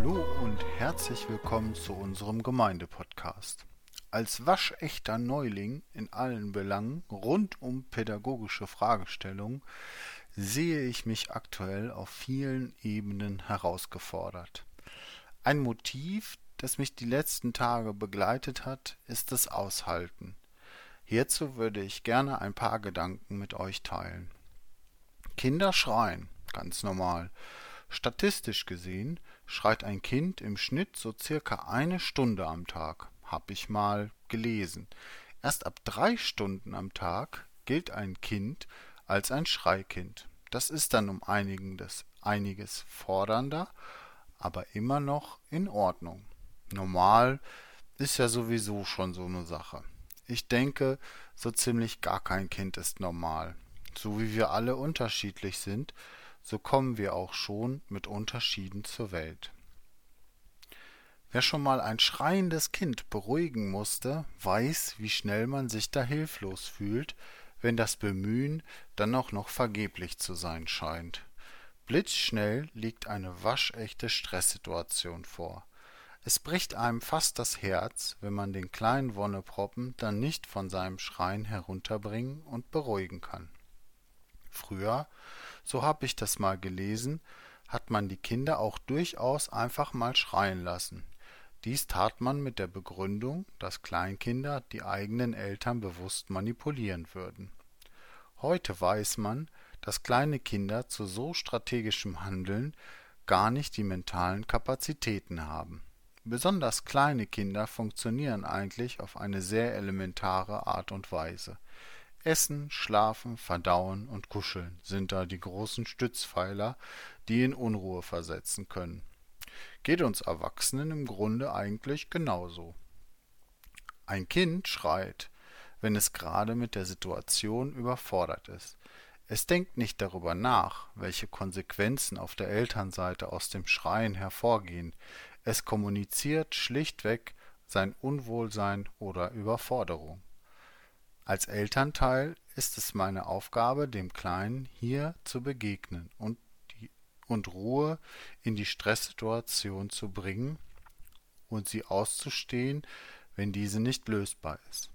Hallo und herzlich willkommen zu unserem Gemeindepodcast. Als waschechter Neuling in allen Belangen rund um pädagogische Fragestellungen sehe ich mich aktuell auf vielen Ebenen herausgefordert. Ein Motiv, das mich die letzten Tage begleitet hat, ist das Aushalten. Hierzu würde ich gerne ein paar Gedanken mit euch teilen. Kinder schreien, ganz normal. Statistisch gesehen schreit ein Kind im Schnitt so circa 1 Stunde am Tag, hab ich mal gelesen. Erst ab 3 Stunden am Tag gilt ein Kind als ein Schreikind. Das ist dann um einiges fordernder, aber immer noch in Ordnung. Normal ist ja sowieso schon so eine Sache. Ich denke, so ziemlich gar kein Kind ist normal. So wie wir alle unterschiedlich sind, so kommen wir auch schon mit Unterschieden zur Welt. Wer schon mal ein schreiendes Kind beruhigen musste, weiß, wie schnell man sich da hilflos fühlt, wenn das Bemühen dann auch noch vergeblich zu sein scheint. Blitzschnell liegt eine waschechte Stresssituation vor. Es bricht einem fast das Herz, wenn man den kleinen Wonneproppen dann nicht von seinem Schreien herunterbringen und beruhigen kann. Früher, so hab ich das mal gelesen, hat man die Kinder auch durchaus einfach mal schreien lassen. Dies tat man mit der Begründung, dass Kleinkinder die eigenen Eltern bewusst manipulieren würden. Heute weiß man, dass kleine Kinder zu so strategischem Handeln gar nicht die mentalen Kapazitäten haben. Besonders kleine Kinder funktionieren eigentlich auf eine sehr elementare Art und Weise. Essen, Schlafen, Verdauen und Kuscheln sind da die großen Stützpfeiler, die in Unruhe versetzen können. Geht uns Erwachsenen im Grunde eigentlich genauso. Ein Kind schreit, wenn es gerade mit der Situation überfordert ist. Es denkt nicht darüber nach, welche Konsequenzen auf der Elternseite aus dem Schreien hervorgehen. Es kommuniziert schlichtweg sein Unwohlsein oder Überforderung. Als Elternteil ist es meine Aufgabe, dem Kleinen hier zu begegnen und Ruhe in die Stresssituation zu bringen und sie auszustehen, wenn diese nicht lösbar ist.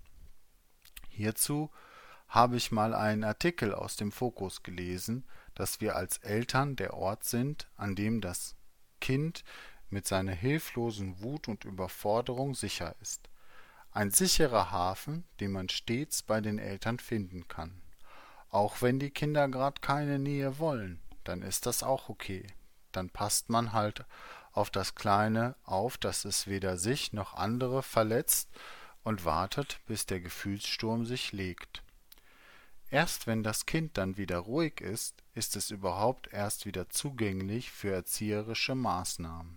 Hierzu habe ich mal einen Artikel aus dem Fokus gelesen, dass wir als Eltern der Ort sind, an dem das Kind mit seiner hilflosen Wut und Überforderung sicher ist. Ein sicherer Hafen, den man stets bei den Eltern finden kann. Auch wenn die Kinder gerade keine Nähe wollen, dann ist das auch okay. Dann passt man halt auf das Kleine auf, dass es weder sich noch andere verletzt und wartet, bis der Gefühlssturm sich legt. Erst wenn das Kind dann wieder ruhig ist, ist es überhaupt erst wieder zugänglich für erzieherische Maßnahmen.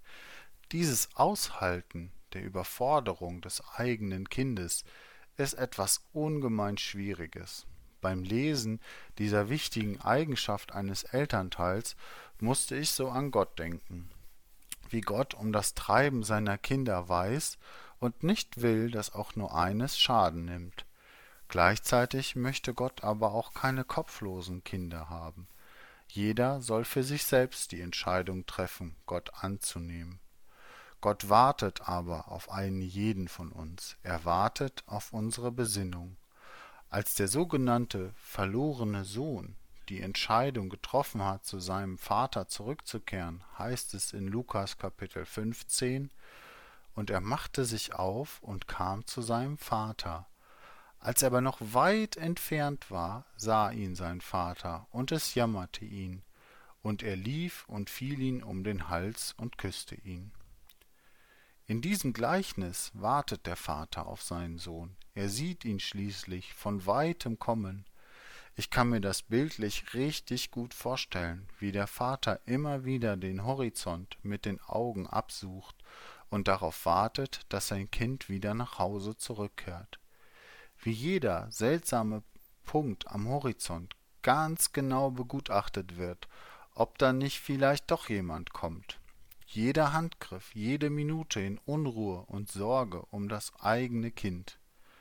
Dieses Aushalten der Überforderung des eigenen Kindes ist etwas ungemein Schwieriges. Beim Lesen dieser wichtigen Eigenschaft eines Elternteils musste ich so an Gott denken. Wie Gott um das Treiben seiner Kinder weiß und nicht will, dass auch nur eines Schaden nimmt. Gleichzeitig möchte Gott aber auch keine kopflosen Kinder haben. Jeder soll für sich selbst die Entscheidung treffen, Gott anzunehmen. Gott wartet aber auf einen jeden von uns. Er wartet auf unsere Besinnung. Als der sogenannte verlorene Sohn die Entscheidung getroffen hat, zu seinem Vater zurückzukehren, heißt es in Lukas Kapitel 15, und er machte sich auf und kam zu seinem Vater. Als er aber noch weit entfernt war, sah ihn sein Vater, und es jammerte ihn, und er lief und fiel ihn um den Hals und küsste ihn. In diesem Gleichnis wartet der Vater auf seinen Sohn. Er sieht ihn schließlich von weitem kommen. Ich kann mir das bildlich richtig gut vorstellen, wie der Vater immer wieder den Horizont mit den Augen absucht und darauf wartet, dass sein Kind wieder nach Hause zurückkehrt. Wie jeder seltsame Punkt am Horizont ganz genau begutachtet wird, ob da nicht vielleicht doch jemand kommt. Jeder Handgriff, jede Minute in Unruhe und Sorge um das eigene Kind.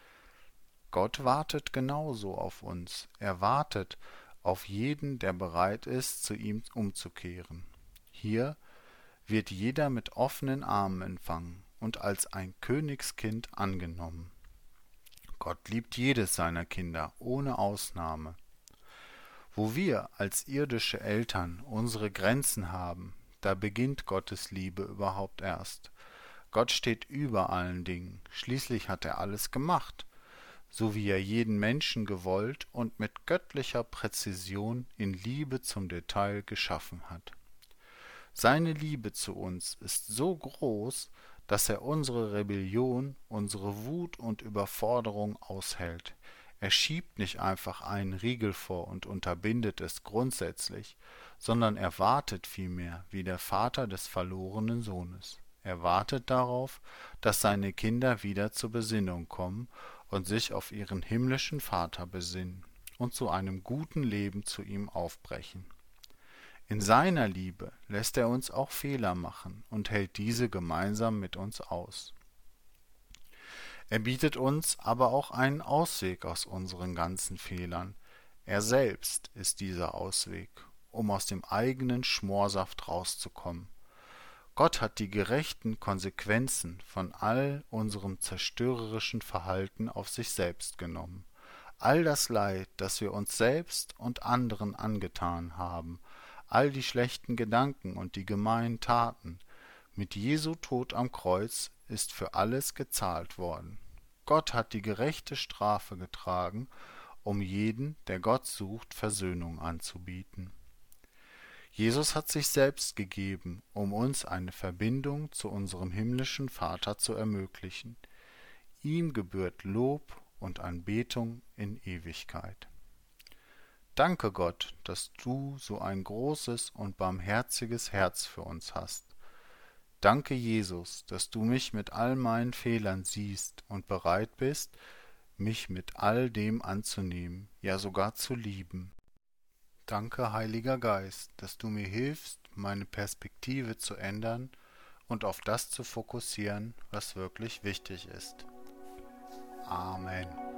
Gott wartet genauso auf uns. Er wartet auf jeden, der bereit ist, zu ihm umzukehren. Hier wird jeder mit offenen Armen empfangen und als ein Königskind angenommen. Gott liebt jedes seiner Kinder, ohne Ausnahme. Wo wir als irdische Eltern unsere Grenzen haben, da beginnt Gottes Liebe überhaupt erst. Gott steht über allen Dingen, schließlich hat er alles gemacht, so wie er jeden Menschen gewollt und mit göttlicher Präzision in Liebe zum Detail geschaffen hat. Seine Liebe zu uns ist so groß, dass er unsere Rebellion, unsere Wut und Überforderung aushält. Er schiebt nicht einfach einen Riegel vor und unterbindet es grundsätzlich, sondern er wartet vielmehr wie der Vater des verlorenen Sohnes. Er wartet darauf, dass seine Kinder wieder zur Besinnung kommen und sich auf ihren himmlischen Vater besinnen und zu einem guten Leben zu ihm aufbrechen. In seiner Liebe lässt er uns auch Fehler machen und hält diese gemeinsam mit uns aus. Er bietet uns aber auch einen Ausweg aus unseren ganzen Fehlern. Er selbst ist dieser Ausweg, um aus dem eigenen Schmorsaft rauszukommen. Gott hat die gerechten Konsequenzen von all unserem zerstörerischen Verhalten auf sich selbst genommen. All das Leid, das wir uns selbst und anderen angetan haben, all die schlechten Gedanken und die gemeinen Taten, mit Jesu Tod am Kreuz ist für alles gezahlt worden. Gott hat die gerechte Strafe getragen, um jeden, der Gott sucht, Versöhnung anzubieten. Jesus hat sich selbst gegeben, um uns eine Verbindung zu unserem himmlischen Vater zu ermöglichen. Ihm gebührt Lob und Anbetung in Ewigkeit. Danke Gott, dass du so ein großes und barmherziges Herz für uns hast. Danke Jesus, dass du mich mit all meinen Fehlern siehst und bereit bist, mich mit all dem anzunehmen, ja sogar zu lieben. Danke, Heiliger Geist, dass du mir hilfst, meine Perspektive zu ändern und auf das zu fokussieren, was wirklich wichtig ist. Amen.